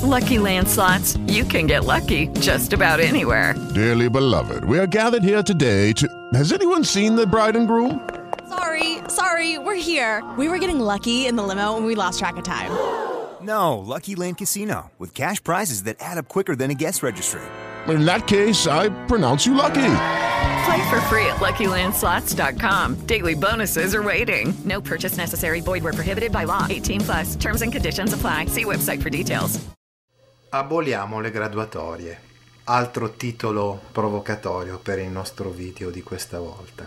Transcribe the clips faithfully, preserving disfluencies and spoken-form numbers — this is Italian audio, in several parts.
Lucky Land Slots, you can get lucky just about anywhere. Dearly beloved, we are gathered here today to... Has anyone seen the bride and groom? Sorry, sorry, we're here. We were getting lucky in the limo and we lost track of time. No, Lucky Land Casino, with cash prizes that add up quicker than a guest registry. In that case, I pronounce you lucky. Play for free at Lucky Land Slots dot com. Daily bonuses are waiting. No purchase necessary. Void where prohibited by law. eighteen plus. Terms and conditions apply. See website for details. Aboliamo le graduatorie. Altro titolo provocatorio per il nostro video di questa volta.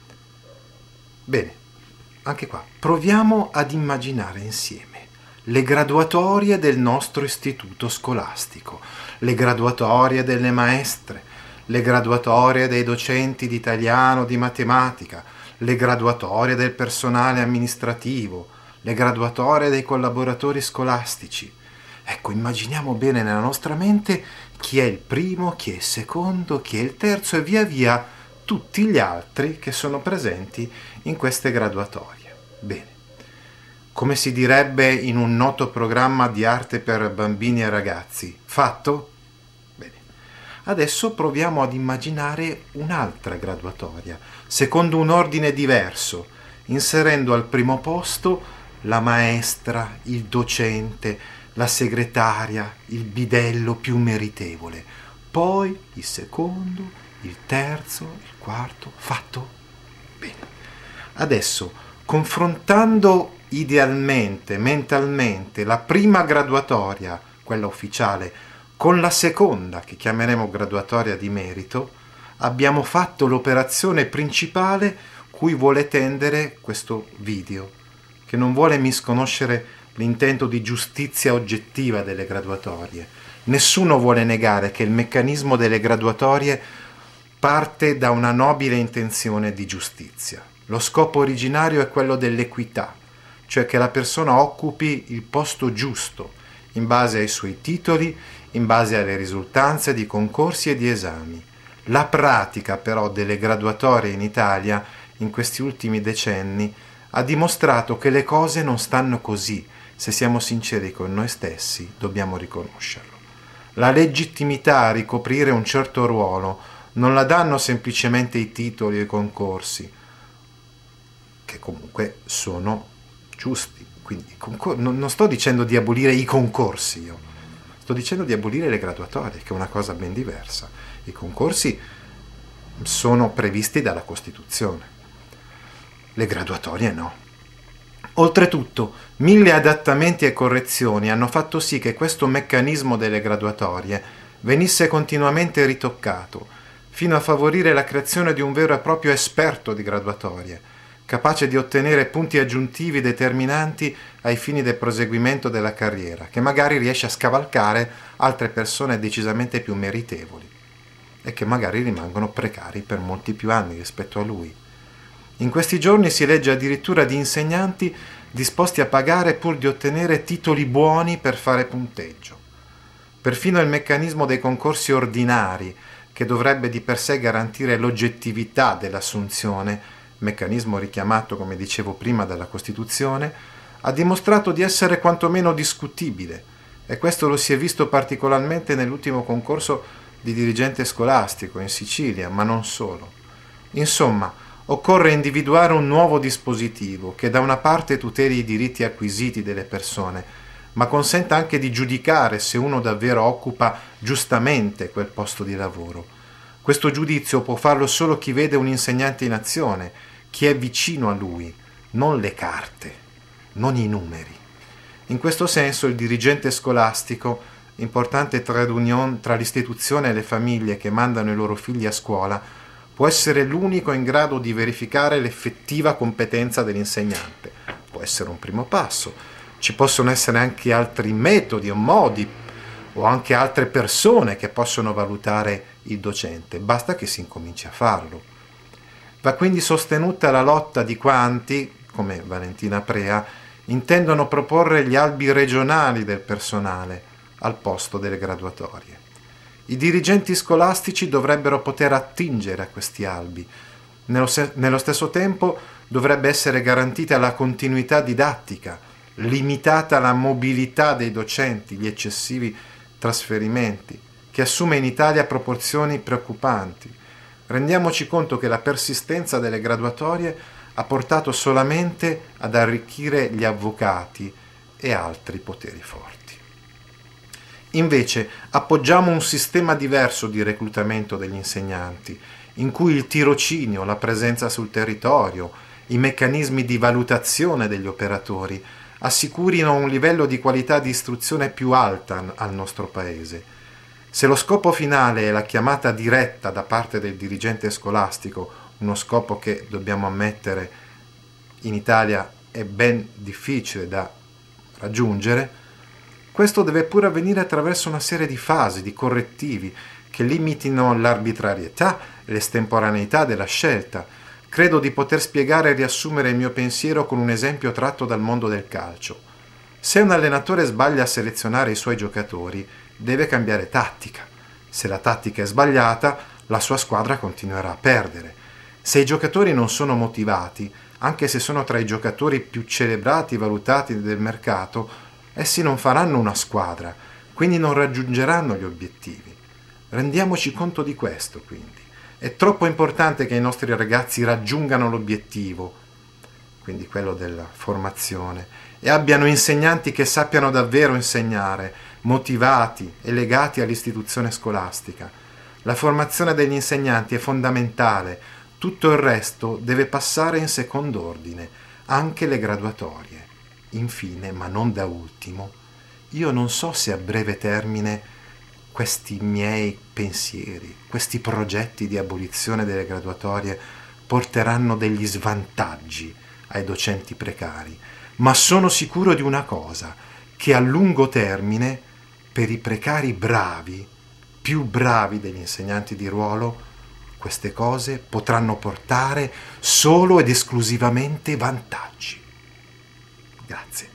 Bene, anche qua. Proviamo ad immaginare insieme le graduatorie del nostro istituto scolastico, le graduatorie delle maestre, le graduatorie dei docenti di italiano, di matematica, le graduatorie del personale amministrativo, le graduatorie dei collaboratori scolastici. Ecco, immaginiamo bene nella nostra mente chi è il primo, chi è il secondo, chi è il terzo e via via tutti gli altri che sono presenti in queste graduatorie. Bene. Come si direbbe in un noto programma di arte per bambini e ragazzi, fatto? Bene. Adesso proviamo ad immaginare un'altra graduatoria, secondo un ordine diverso, inserendo al primo posto la maestra, il docente, la segretaria, il bidello più meritevole, poi il secondo, il terzo, il quarto, fatto? Bene. Adesso, confrontando idealmente, mentalmente, la prima graduatoria, quella ufficiale, con la seconda, che chiameremo graduatoria di merito, abbiamo fatto l'operazione principale cui vuole tendere questo video, che non vuole misconoscere l'intento di giustizia oggettiva delle graduatorie. Nessuno vuole negare che il meccanismo delle graduatorie parte da una nobile intenzione di giustizia. Lo scopo originario è quello dell'equità, cioè che la persona occupi il posto giusto, in base ai suoi titoli, in base alle risultanze di concorsi e di esami. La pratica però delle graduatorie in Italia, in questi ultimi decenni, ha dimostrato che le cose non stanno così. Se siamo sinceri con noi stessi, dobbiamo riconoscerlo. La legittimità a ricoprire un certo ruolo non la danno semplicemente i titoli e i concorsi, che comunque sono giusti. Quindi concor- non, non sto dicendo di abolire i concorsi, io sto dicendo di abolire le graduatorie, che è una cosa ben diversa. I concorsi sono previsti dalla Costituzione, le graduatorie no. Oltretutto, mille adattamenti e correzioni hanno fatto sì che questo meccanismo delle graduatorie venisse continuamente ritoccato, fino a favorire la creazione di un vero e proprio esperto di graduatorie, capace di ottenere punti aggiuntivi determinanti ai fini del proseguimento della carriera, che magari riesce a scavalcare altre persone decisamente più meritevoli e che magari rimangono precari per molti più anni rispetto a lui. In questi giorni si legge addirittura di insegnanti disposti a pagare pur di ottenere titoli buoni per fare punteggio. Perfino il meccanismo dei concorsi ordinari, che dovrebbe di per sé garantire l'oggettività dell'assunzione, meccanismo richiamato, come dicevo prima, dalla Costituzione, ha dimostrato di essere quantomeno discutibile, e questo lo si è visto particolarmente nell'ultimo concorso di dirigente scolastico in Sicilia, ma non solo. Insomma, occorre individuare un nuovo dispositivo che da una parte tuteli i diritti acquisiti delle persone, ma consenta anche di giudicare se uno davvero occupa giustamente quel posto di lavoro. Questo giudizio può farlo solo chi vede un insegnante in azione, chi è vicino a lui, non le carte, non i numeri. In questo senso il dirigente scolastico, importante trade union tra l'istituzione e le famiglie che mandano i loro figli a scuola, può essere l'unico in grado di verificare l'effettiva competenza dell'insegnante. Può essere un primo passo. Ci possono essere anche altri metodi o modi, o anche altre persone che possono valutare il docente, basta che si incominci a farlo. Va quindi sostenuta la lotta di quanti, come Valentina Prea, intendono proporre gli albi regionali del personale al posto delle graduatorie. I dirigenti scolastici dovrebbero poter attingere a questi albi. Nello, se- nello stesso tempo dovrebbe essere garantita la continuità didattica, limitata la mobilità dei docenti, gli eccessivi trasferimenti, che assume in Italia proporzioni preoccupanti. Rendiamoci conto che la persistenza delle graduatorie ha portato solamente ad arricchire gli avvocati e altri poteri forti. Invece appoggiamo un sistema diverso di reclutamento degli insegnanti, in cui il tirocinio, la presenza sul territorio, i meccanismi di valutazione degli operatori assicurino un livello di qualità di istruzione più alta al nostro Paese. Se lo scopo finale è la chiamata diretta da parte del dirigente scolastico, uno scopo che, dobbiamo ammettere, in Italia è ben difficile da raggiungere, questo deve pure avvenire attraverso una serie di fasi, di correttivi, che limitino l'arbitrarietà e l'estemporaneità della scelta. Credo di poter spiegare e riassumere il mio pensiero con un esempio tratto dal mondo del calcio. Se un allenatore sbaglia a selezionare i suoi giocatori, deve cambiare tattica. Se la tattica è sbagliata, la sua squadra continuerà a perdere. Se i giocatori non sono motivati, anche se sono tra i giocatori più celebrati e valutati del mercato, essi non faranno una squadra, quindi non raggiungeranno gli obiettivi. Rendiamoci conto di questo, quindi. È troppo importante che i nostri ragazzi raggiungano l'obiettivo, quindi quello della formazione, e abbiano insegnanti che sappiano davvero insegnare, motivati e legati all'istituzione scolastica. La formazione degli insegnanti è fondamentale, tutto il resto deve passare in secondo ordine, anche le graduatorie. Infine, ma non da ultimo, io non so se a breve termine questi miei pensieri, questi progetti di abolizione delle graduatorie porteranno degli svantaggi ai docenti precari, ma sono sicuro di una cosa, che a lungo termine, per i precari bravi, più bravi degli insegnanti di ruolo, queste cose potranno portare solo ed esclusivamente vantaggi. Grazie.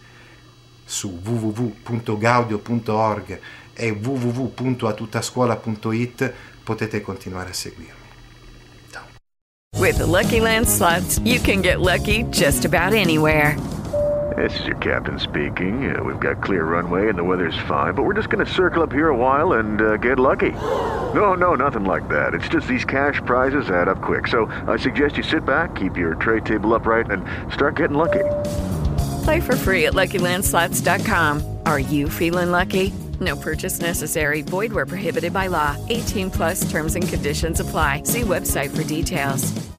Su w w w punto gaudio punto org e w w w punto a tutta scuola punto i t potete continuare a seguirmi. Ciao. With the Lucky Land Slots, you can get lucky just about anywhere. This is your captain speaking. Uh, we've got clear runway and the weather's fine, but we're just going to circle up here a while and uh, get lucky. No, no, nothing like that. It's just these cash prizes add up quick. So I suggest you sit back, keep your tray table upright, and start getting lucky. Play for free at lucky land slots dot com. Are you feeling lucky? No purchase necessary. Void where prohibited by law. eighteen plus terms and conditions apply. See website for details.